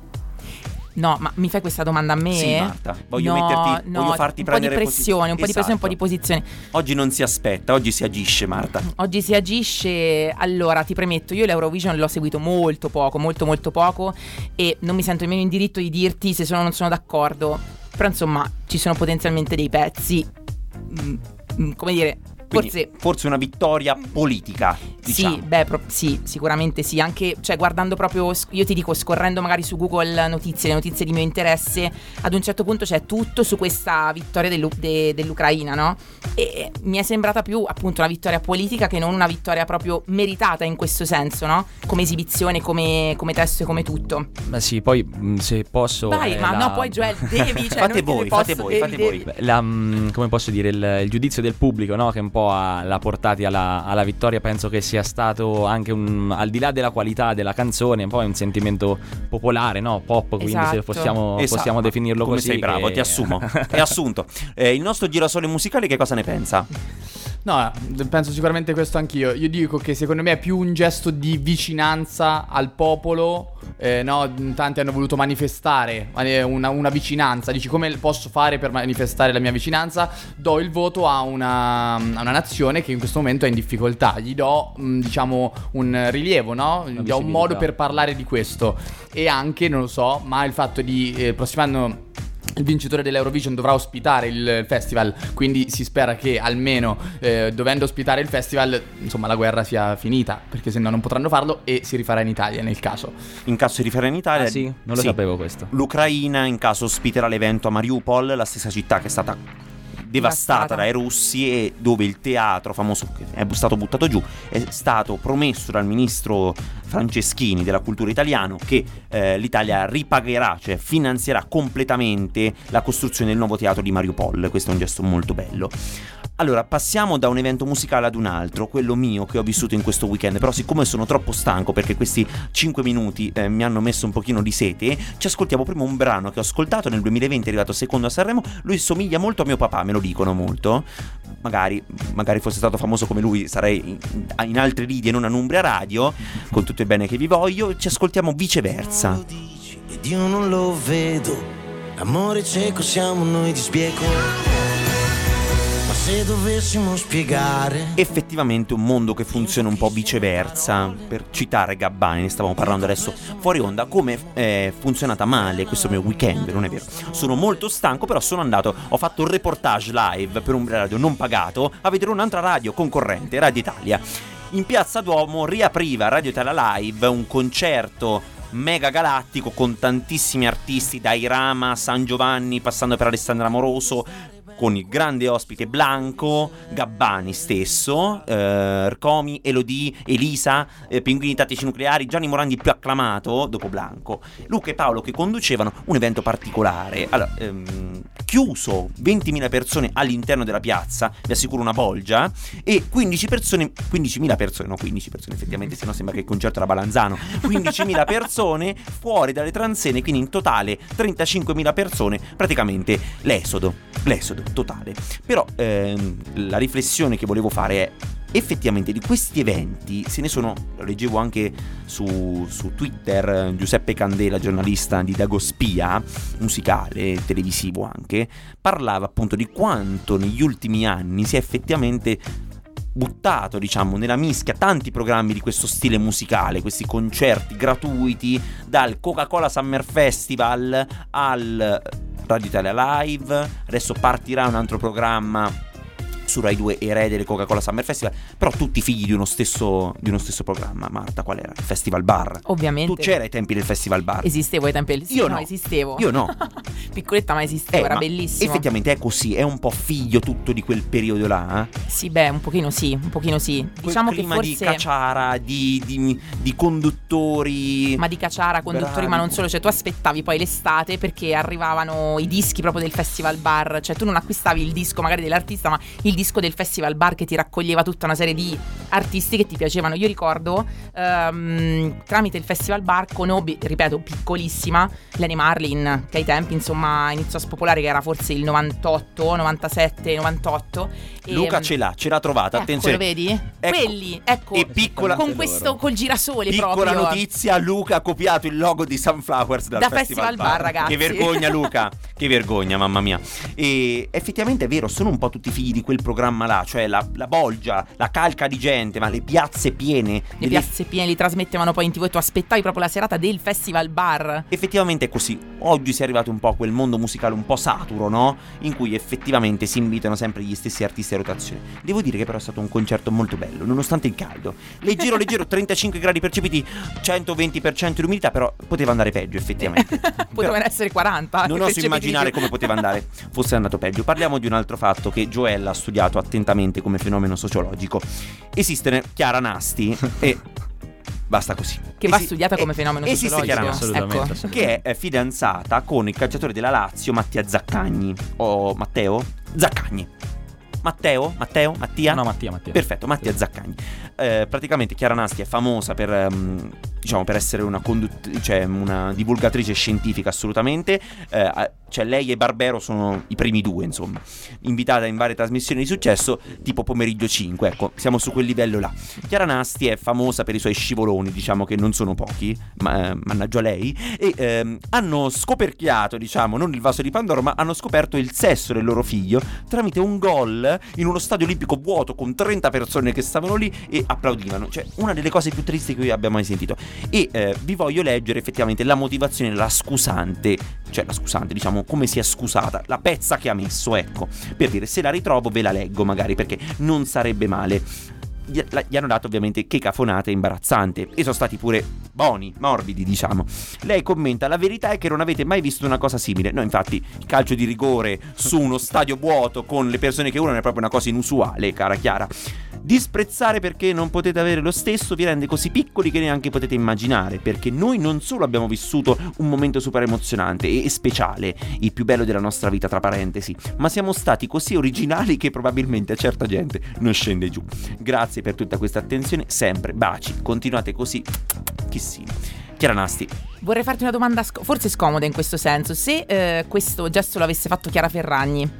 No, ma mi fai questa domanda a me? Sì, Marta, voglio no, metterti, no, voglio farti un prendere po' di pressione, un po' di pressione, un po' di Esatto. posizione. Oggi non si aspetta, oggi si agisce, Marta. Oggi si agisce. Allora, ti premetto, io l'Eurovision l'ho seguito molto poco, molto molto poco, e non mi sento nemmeno in diritto di dirti se sono o non sono d'accordo. Però insomma, ci sono potenzialmente dei pezzi, mm, mm, come dire, Quindi, forse... forse una vittoria politica, diciamo. Sì, beh, pro- sì, sicuramente sì. Anche, cioè, guardando proprio, sc- io ti dico, scorrendo magari su Google Notizie, le notizie di mio interesse, ad un certo punto c'è tutto su questa vittoria dell'U- de- dell'Ucraina, no? E mi è sembrata più appunto una vittoria politica che non una vittoria proprio meritata in questo senso, no? Come esibizione, come, come testo e come tutto. Ma sì, poi mh, se posso... Vai, eh, ma la- no, poi Joel, devi, cioè, Fate non te voi, ne fate posso, voi, devi- fate devi- voi. La, mh, come posso dire, il, il giudizio del pubblico, no? Che un po' ha, l'ha portati alla, alla vittoria, penso che sia stato anche un, al di là della qualità della canzone, un po' un sentimento popolare, no? Pop, quindi Esatto. se possiamo, Esatto. possiamo definirlo Come così. sei bravo, che- ti assumo. È assunto. Eh, il nostro girasole musicale che cosa ne pensa? No, penso sicuramente questo anch'io. Io dico che secondo me è più un gesto di vicinanza al popolo. Eh, no, tanti hanno voluto manifestare eh, una, una vicinanza. Dici, come posso fare per manifestare la mia vicinanza? Do il voto a una, a una nazione che in questo momento è in difficoltà. Gli do, mh, diciamo, un rilievo, no? Gli do un modo per parlare di questo. E anche, non lo so, ma il fatto di eh, il prossimo anno il vincitore dell'Eurovision dovrà ospitare il festival, quindi si spera che almeno eh, dovendo ospitare il festival, insomma, la guerra sia finita, perché se no non potranno farlo e si rifarà in Italia nel caso. In caso di rifarà in Italia, Ah, sì? Non lo sapevo questo. L'Ucraina in caso ospiterà l'evento a Mariupol, la stessa città che è stata devastata Devastata. dai russi e dove il teatro famoso che è stato buttato giù è stato promesso dal ministro Franceschini della cultura italiano che eh, l'Italia ripagherà, cioè finanzierà completamente la costruzione del nuovo teatro di Mariupol. Questo è un gesto molto bello. Allora, passiamo da un evento musicale ad un altro, quello mio che ho vissuto in questo weekend, però siccome sono troppo stanco perché questi cinque minuti eh, mi hanno messo un pochino di sete, ci ascoltiamo prima un brano che ho ascoltato nel duemilaventi, è arrivato secondo a Sanremo. Lui somiglia molto a mio papà, me lo dicono molto. Magari, magari fosse stato famoso come lui sarei in, in altri lidi e non a Umbria Radio, con tutto il bene che vi voglio. Ci ascoltiamo Viceversa. Lo dici ed io non lo vedo, amore cieco siamo noi di sbieco. Ma se dovessimo spiegare Effettivamente un mondo che funziona un po' viceversa. Per citare Gabbani, ne stavamo parlando adesso fuori onda, come è funzionata male questo mio weekend, non è vero? Sono molto stanco, però sono andato, ho fatto un reportage live per un radio non pagato a vedere un'altra radio concorrente, Radio Italia. In Piazza Duomo riapriva Radio Italia Live un concerto mega galattico con tantissimi artisti, dai Rama, San Giovanni, passando per Alessandra Amoroso, con il grande ospite Blanco, Gabbani stesso, eh, Rcomi, Elodie, Elisa, eh, Pinguini Tattici Nucleari, Gianni Morandi più acclamato dopo Blanco, Luca e Paolo che conducevano un evento particolare. Allora, ehm, chiuso, ventimila persone all'interno della piazza, vi assicuro una bolgia, e quindici persone, quindicimila persone, no quindici persone effettivamente, se no sembra che il concerto era Balanzano, quindicimila persone fuori dalle transenne, quindi in totale trentacinquemila persone, praticamente l'esodo, l'esodo totale. Però ehm, la riflessione che volevo fare è effettivamente di questi eventi se ne sono, lo leggevo anche su, su Twitter, Giuseppe Candela, giornalista di Dagospia, musicale, televisivo anche, parlava appunto di quanto negli ultimi anni si è effettivamente buttato, diciamo, nella mischia tanti programmi di questo stile musicale, questi concerti gratuiti, dal Coca-Cola Summer Festival al Radio Italia Live. Adesso partirà un altro programma su Rai due, Erede del Coca-Cola Summer Festival, però tutti figli di uno stesso di uno stesso programma. Marta, qual era? Il Festival Bar. Ovviamente. Tu c'era ai tempi del Festival Bar? Esistevo ai tempi del... Sì, Io no, no. esistevo. Io no. Piccoletta ma esistevo, Eh, era ma bellissimo. effettivamente è così, è un po' figlio tutto di quel periodo là, eh? Sì, beh, un pochino sì, un pochino sì. Quel Diciamo che clima forse... di cacciara, di, di, di conduttori. Ma di cacciara, conduttori, bravi. ma non solo. Cioè tu aspettavi poi l'estate perché arrivavano i dischi proprio del Festival Bar. Cioè tu non acquistavi il disco magari dell'artista, ma il disco del Festival Bar che ti raccoglieva tutta una serie di artisti che ti piacevano. Io ricordo um, tramite il Festival Bar conobbi, ripeto, piccolissima, Leni Marlin, che ai tempi insomma iniziò a spopolare, che era forse il novantotto, novantasette, novantotto. Luca e, ce l'ha, ce l'ha trovata, ecco, attenzione. lo vedi? Ecco. Quelli, ecco, E piccola, con questo, col girasole piccola proprio. notizia, Luca ha copiato il logo di Sunflowers dal Da Festival, Festival Bar, ragazzi. Che vergogna Luca, che vergogna, mamma mia. E effettivamente è vero, sono un po' tutti figli di quel programma là, cioè la, la bolgia, la calca di gente, ma le piazze piene. Le delle... piazze piene li trasmettevano poi in tivù e tu aspettavi proprio la serata del Festival Bar. Effettivamente è così. Oggi si è arrivato un po' a quel mondo musicale un po' saturo, no? In cui effettivamente si invitano sempre gli stessi artisti a rotazione. Devo dire che però è stato un concerto molto bello, nonostante il caldo. Leggero, leggero, trentacinque gradi percepiti, centoventi per cento di umidità, però poteva andare peggio effettivamente. Potevano essere quaranta. Non oso immaginare come poteva andare fosse andato peggio. Parliamo di un altro fatto che Joella ha studiato attentamente come fenomeno sociologico. Esiste Chiara Nasti e... basta così. Che va Esi- studiata come eh, fenomeno esiste sociologico. Chiara Nasti, Assolutamente, Ecco. che è fidanzata con il calciatore della Lazio Mattia Zaccagni. O Matteo? Zaccagni. Matteo? Matteo? Mattia? No, Mattia, Mattia. Perfetto, Mattia Zaccagni. Eh, praticamente Chiara Nasti è famosa per, ehm, diciamo, per essere una, condutt- cioè una divulgatrice scientifica assolutamente. Eh, cioè lei e Barbero sono i primi due, insomma, invitata in varie trasmissioni di successo, tipo Pomeriggio cinque, ecco, siamo su quel livello là. Chiara Nasti è famosa per i suoi scivoloni, diciamo che non sono pochi, ma, eh, mannaggia lei, e ehm, hanno scoperchiato, diciamo, non il vaso di Pandora, ma hanno scoperto il sesso del loro figlio tramite un gol in uno stadio olimpico vuoto con trenta persone che stavano lì e applaudivano. Cioè, una delle cose più tristi che io abbia mai sentito. E eh, vi voglio leggere effettivamente la motivazione, la scusante, cioè la scusante, diciamo, come si è scusata, la pezza che ha messo, ecco, per dire, se la ritrovo ve la leggo magari, perché non sarebbe male. Gli, la, gli hanno dato ovviamente che cafonate imbarazzante e sono stati pure buoni, morbidi, diciamo. Lei commenta: la verità è che non avete mai visto una cosa simile. No, infatti il calcio di rigore su uno stadio vuoto con le persone che urlano è proprio una cosa inusuale, cara Chiara. Disprezzare perché non potete avere lo stesso vi rende così piccoli che neanche potete immaginare, perché noi non solo abbiamo vissuto un momento super emozionante e speciale, il più bello della nostra vita tra parentesi, ma siamo stati così originali che probabilmente a certa gente non scende giù. Grazie per tutta questa attenzione, sempre baci, continuate così, chissino. Chiara Nasti. Vorrei farti una domanda sc- forse scomoda in questo senso. Se eh, questo gesto l'avesse fatto Chiara Ferragni,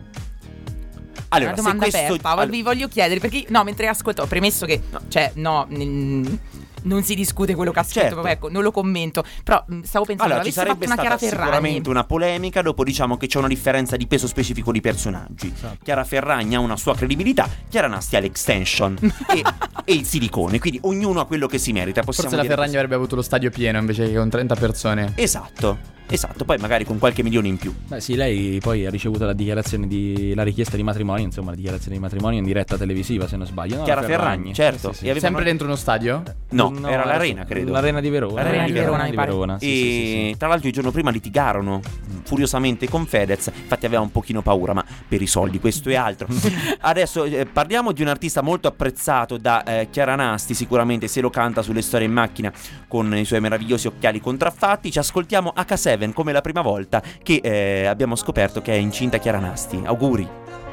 Allora, una domanda se questo, aperta, allora, vi voglio chiedere, perché no, mentre ascolto, ho premesso che No. cioè no, n- non si discute quello che ha scritto, Certo. ecco, non lo commento, però mh, stavo pensando, Allora, ci avesse fatto sarebbe una stata Chiara Ferragni, sicuramente una polemica. Dopo diciamo che c'è una differenza di peso specifico di personaggi. Esatto. Chiara Ferragni ha una sua credibilità, Chiara Nasti ha l'extension e, e il silicone. Quindi ognuno ha quello che si merita. Possiamo Forse la dire Ferragni così. avrebbe avuto lo stadio pieno invece che con trenta persone. Esatto. Esatto, poi magari con qualche milione in più. Beh sì, lei poi ha ricevuto la dichiarazione di la richiesta di matrimonio, insomma la dichiarazione di matrimonio in diretta televisiva, se non sbaglio. No, Chiara la Ferragni, certo. Sì, sì, E aveva Sempre una- dentro uno stadio? No, era l'Arena, credo. L'Arena di Verona. L'Arena di Verona, mi pare. Verona, sì, E sì, sì, sì. tra l'altro il giorno prima litigarono furiosamente con Fedez. Infatti aveva un pochino paura, ma per i soldi, questo e altro. Adesso eh, parliamo di un artista molto apprezzato da eh, Chiara Nasti. Sicuramente se lo canta sulle storie in macchina con i suoi meravigliosi occhiali contraffatti. Ci ascoltiamo acca sette come la prima volta che eh, abbiamo scoperto che è incinta Chiara Nasti. Auguri.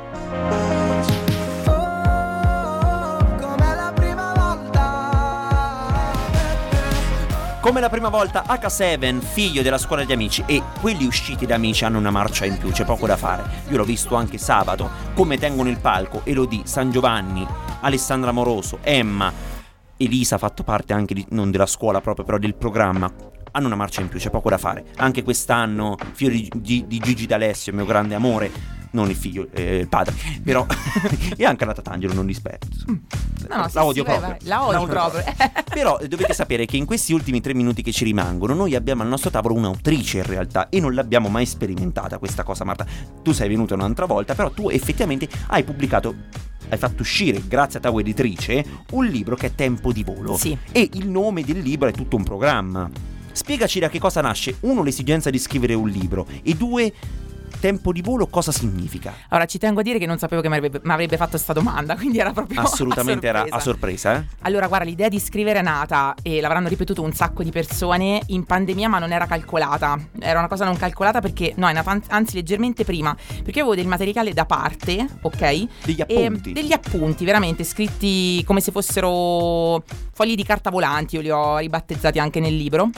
Come la prima volta acca sette, figlio della scuola di Amici, e quelli usciti da Amici hanno una marcia in più, c'è poco da fare. Io l'ho visto anche sabato, come tengono il palco, Elodie, San Giovanni, Alessandra Moroso, Emma, Elisa ha fatto parte anche di, non della scuola proprio, però del programma. Hanno una marcia in più, c'è poco da fare. Anche quest'anno figlio di, di, di Gigi D'Alessio, mio grande amore, non il figlio, eh, il padre, però e anche la Tatangelo, non rispetto. No, no, sì, la odio sì, vai, proprio. vai, la odio proprio. Però dovete sapere che in questi ultimi tre minuti che ci rimangono noi abbiamo al nostro tavolo un'autrice in realtà, e non l'abbiamo mai sperimentata questa cosa. Marta, tu sei venuta un'altra volta, però tu effettivamente hai pubblicato, hai fatto uscire, grazie a tua editrice, un libro che è Tempo di volo. Sì. E il nome del libro è tutto un programma. Spiegaci da che cosa nasce, uno, l'esigenza di scrivere un libro, e due, tempo di volo cosa significa? Allora, ci tengo a dire che non sapevo che mi avrebbe, mi avrebbe fatto sta domanda, quindi era proprio Assolutamente a era sorpresa. a sorpresa, eh? Allora, guarda, l'idea di scrivere è nata e l'avranno ripetuto un sacco di persone in pandemia, ma non era calcolata. Era una cosa non calcolata perché, no, è nata an- anzi leggermente prima, perché io avevo del materiale da parte, ok? Degli E appunti. degli appunti, veramente, scritti come se fossero fogli di carta volanti, io li ho ribattezzati anche nel libro.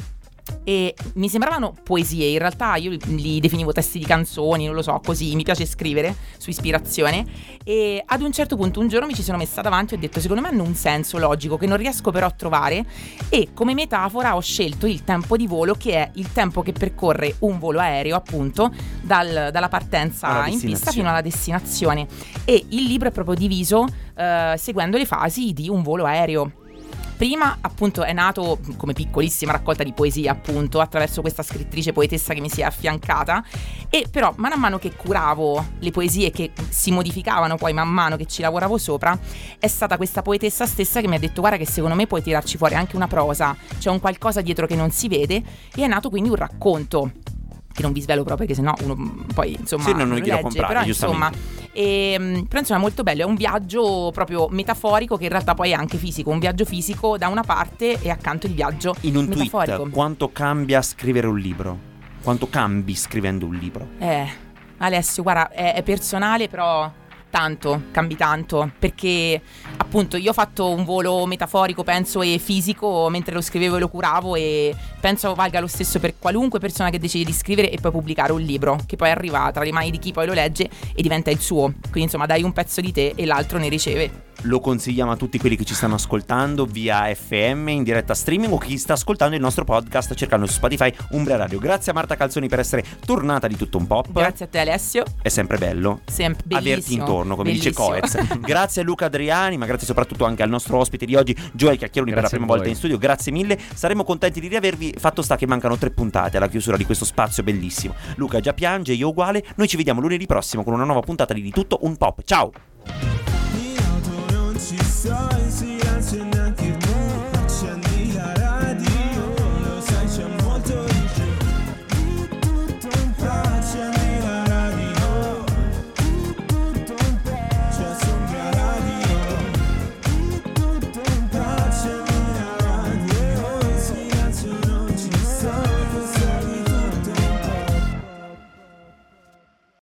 E mi sembravano poesie, in realtà io li definivo testi di canzoni, non lo so, così, mi piace scrivere su ispirazione. E ad un certo punto un giorno mi ci sono messa davanti e ho detto: secondo me hanno un senso logico che non riesco però a trovare, e come metafora ho scelto il tempo di volo, che è il tempo che percorre un volo aereo, appunto, dal- dalla partenza Alla in pista destinazione. fino alla destinazione. E il libro è proprio diviso eh, seguendo le fasi di un volo aereo. Prima, appunto, è nato come piccolissima raccolta di poesia, appunto, attraverso questa scrittrice poetessa che mi si è affiancata. E però man mano che curavo le poesie, che si modificavano poi man mano che ci lavoravo sopra, è stata questa poetessa stessa che mi ha detto: guarda che secondo me puoi tirarci fuori anche una prosa, c'è un qualcosa dietro che non si vede. E è nato quindi un racconto, che non vi svelo proprio perché sennò uno poi insomma Sì, no, non lo glielo legge, comprate, però giustamente. insomma ehm, però insomma è molto bello, è un viaggio proprio metaforico che in realtà poi è anche fisico, un viaggio fisico da una parte e accanto il viaggio In un metaforico. tweet, quanto cambia scrivere un libro? Quanto cambi scrivendo un libro? Eh, Alessio, guarda, è, è personale, però tanto, cambi tanto, perché appunto io ho fatto un volo metaforico, penso, e fisico mentre lo scrivevo e lo curavo, e penso valga lo stesso per qualunque persona che decide di scrivere e poi pubblicare un libro, che poi arriva tra le mani di chi poi lo legge e diventa il suo. Quindi insomma dai un pezzo di te e l'altro ne riceve. Lo consigliamo a tutti quelli che ci stanno ascoltando via F M in diretta streaming, o chi sta ascoltando il nostro podcast cercando su Spotify Umbria Radio. Grazie a Marta Calzoni per essere tornata di Tutto un Pop. Grazie a te, Alessio. È sempre bello Sempre bellissimo, averti intorno, come bellissimo. dice Coez. Grazie a Luca Adriani, ma grazie soprattutto anche al nostro ospite di oggi, Joel Chiacchieroni, per la Grazie prima a voi. volta in studio. Grazie mille, saremo contenti di riavervi. Fatto sta che mancano tre puntate alla chiusura di questo spazio bellissimo. Luca già piange, io uguale. Noi ci vediamo lunedì prossimo con una nuova puntata di Di Tutto un Pop. Ciao! In auto non ci sto, in silenzio e neanche